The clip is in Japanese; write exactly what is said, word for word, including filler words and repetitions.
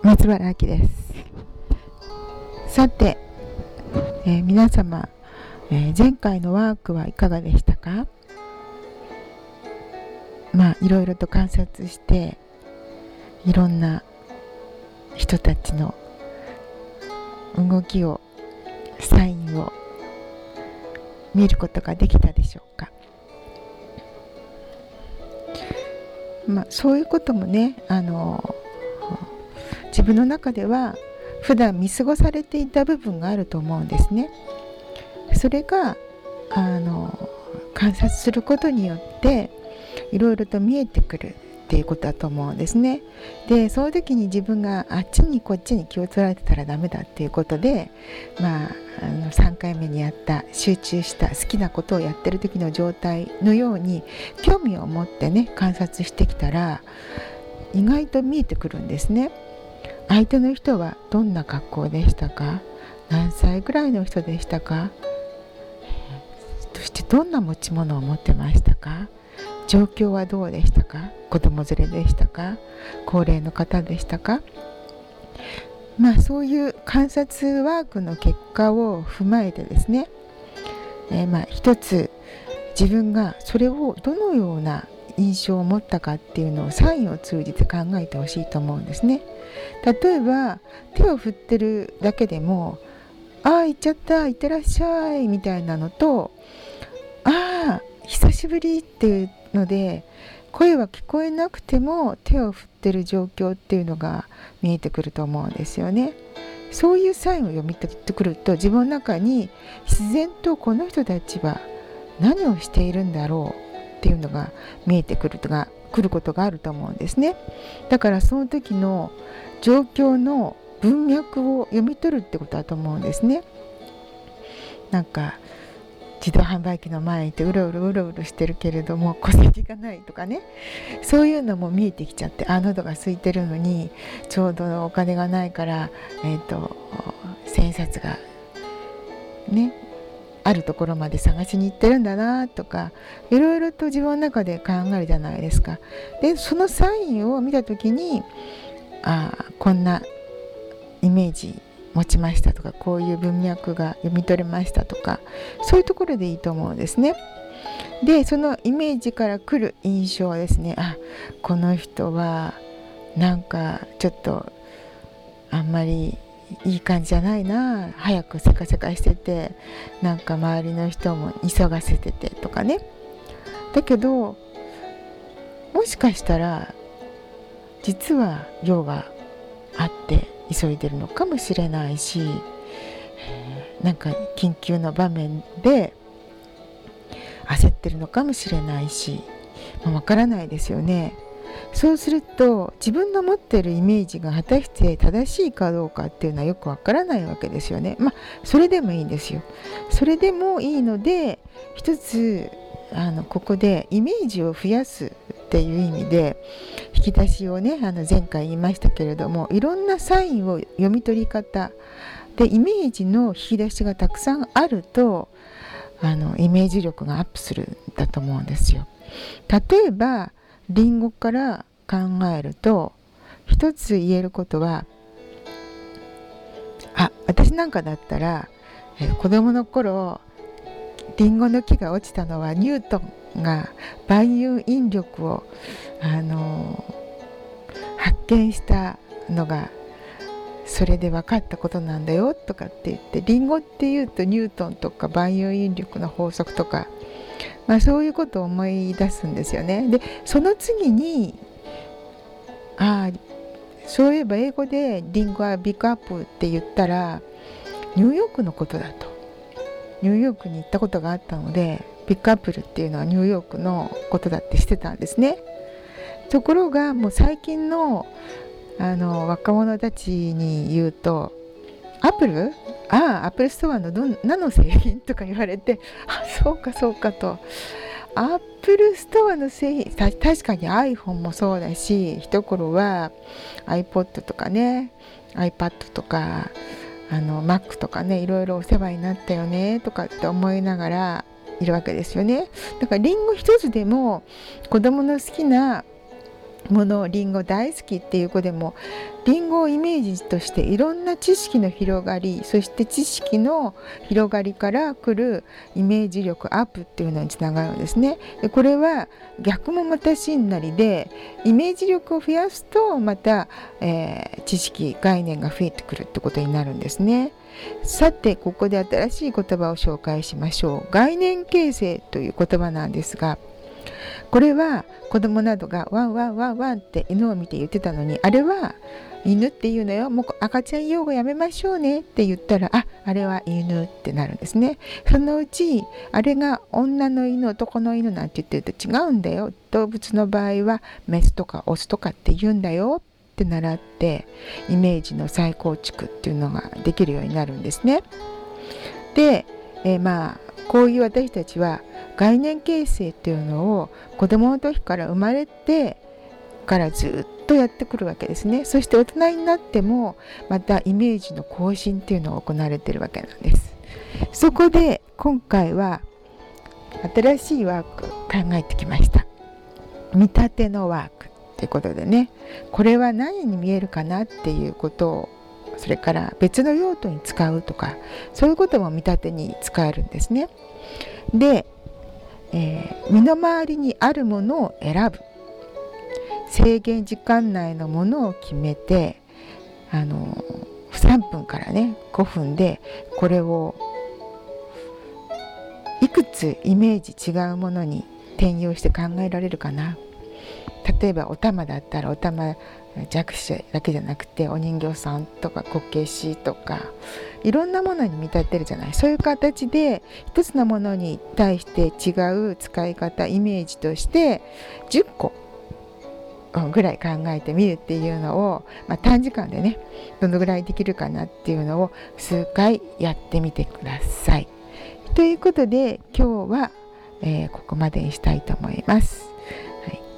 松原明です。さて、えー、皆様、えー、前回のワークはいかがでしたか？まあいろいろと観察して、いろんな人たちの動きを、サインを見ることができたでしょうか？まあそういうこともね、あの自分の中では普段見過ごされていた部分があると思うんですね。それがあの観察することによっていろいろと見えてくるっていうことだと思うんですね。で、その時に自分があっちにこっちに気を取られてたらダメだっていうことで、まあ、あのさんかいめにやった集中した好きなことをやってる時の状態のように興味を持ってね観察してきたら意外と見えてくるんですね。相手の人はどんな格好でしたか？何歳ぐらいの人でしたか？そしてどんな持ち物を持ってましたか？状況はどうでしたか？子供連れでしたか？高齢の方でしたか？まあそういう観察ワークの結果を踏まえてですね、えー、まあ一つ自分がそれをどのような印象を持ったかっていうのをサインを通じて考えてほしいと思うんですね。例えば手を振ってるだけでも、ああ行っちゃった、行ってらっしゃいみたいなのと、ああ久しぶりっていうので声は聞こえなくても手を振ってる状況っていうのが見えてくると思うんですよね。そういうサインを読み取ってくると自分の中に自然とこの人たちは何をしているんだろうっていうのが見えてくるとが来ることがあると思うんですね。だからその時の状況の文脈を読み取るってことだと思うんですね。なんか自動販売機の前にいてうろうろうろうろしてるけれども戸籍がないとかね、そういうのも見えてきちゃって、あ、喉が空いてるのにちょうどお金がないから、えーと、千円札がねあるところまで探しに行ってるんだなとか、いろいろと自分の中で考えるじゃないですか。でそのサインを見た時に、あ、こんなイメージ持ちましたとか、こういう文脈が読み取れましたとか、そういうところでいいと思うんですね。でそのイメージから来る印象ですね。あ、この人はなんかちょっとあんまりいい感じじゃないな、早くせかせかしてて、なんか周りの人も急がせててとかね。だけどもしかしたら実は用があって急いでるのかもしれないし、なんか緊急の場面で焦ってるのかもしれないし、わ、まあ、からないですよね。そうすると自分の持っているイメージが果たして正しいかどうかっていうのはよくわからないわけですよね。まあそれでもいいんですよ。それでもいいので、一つあのここでイメージを増やすっていう意味で引き出しをね、あの前回言いましたけれども、いろんなサインを読み取り方でイメージの引き出しがたくさんあると、あのイメージ力がアップするんだと思うんですよ。例えばリンゴから考えると、一つ言えることは、あ、私なんかだったら、えー、子供の頃リンゴの木が落ちたのはニュートンが万有引力を、あのー、発見したのがそれで分かったことなんだよとかって言って、リンゴっていうとニュートンとか万有引力の法則とか、まあ、そういうことを思い出すんですよね。でその次に、ああそういえば英語でリンゴはビッグアップって言ったらニューヨークのことだと、ニューヨークに行ったことがあったのでビッグアップルっていうのはニューヨークのことだってしてたんですね。ところがもう最近のあの若者たちに言うと、アップル、ああアップルストアのどん何の製品とか言われて、あ、そうかそうかと。アップルストアの製品、た確かに iPhone もそうだし、一頃は iPod とかね iPad とかあの Mac とかね、いろいろお世話になったよねとかって思いながらいるわけですよね。だからリンゴ一つでも子供の好きなもの、リンゴ大好きっていう子でもリンゴをイメージとしていろんな知識の広がり、そして知識の広がりから来るイメージ力アップっていうのにつながるんですね。でこれは逆もまた真なりで、イメージ力を増やすとまた、えー、知識概念が増えてくるってことになるんですね。さてここで新しい言葉を紹介しましょう。概念形成という言葉なんですが、これは子供などがワンワンワンワンって犬を見て言ってたのに、あれは犬っていうのよ、もう赤ちゃん用語やめましょうねって言ったら、あ、あれは犬ってなるんですね。そのうちあれが女の犬男の犬なんて言ってると違うんだよ、動物の場合はメスとかオスとかって言うんだよって習って、イメージの再構築っていうのができるようになるんですね。で、えー、まあこういう私たちは概念形成っていうのを子供の時から生まれてからずっとやってくるわけですね。そして大人になってもまたイメージの更新っていうのが行われているわけなんです。そこで今回は新しいワーク考えてきました。見立てのワークということでね、これは何に見えるかなっていうことを、それから別の用途に使うとか、そういうことも見立てに使えるんですね。で、えー、身の回りにあるものを選ぶ、制限時間内のものを決めて、あのさんぷんからねごふんでこれをいくつイメージ違うものに転用して考えられるかな。例えばお玉だったらお玉弱視だけじゃなくてお人形さんとかこけしとかいろんなものに見立てるじゃない。そういう形で一つのものに対して違う使い方、イメージとしてじゅっこぐらい考えてみるっていうのを、まあ、短時間でねどのぐらいできるかなっていうのを数回やってみてください。ということで今日は、えー、ここまでにしたいと思います。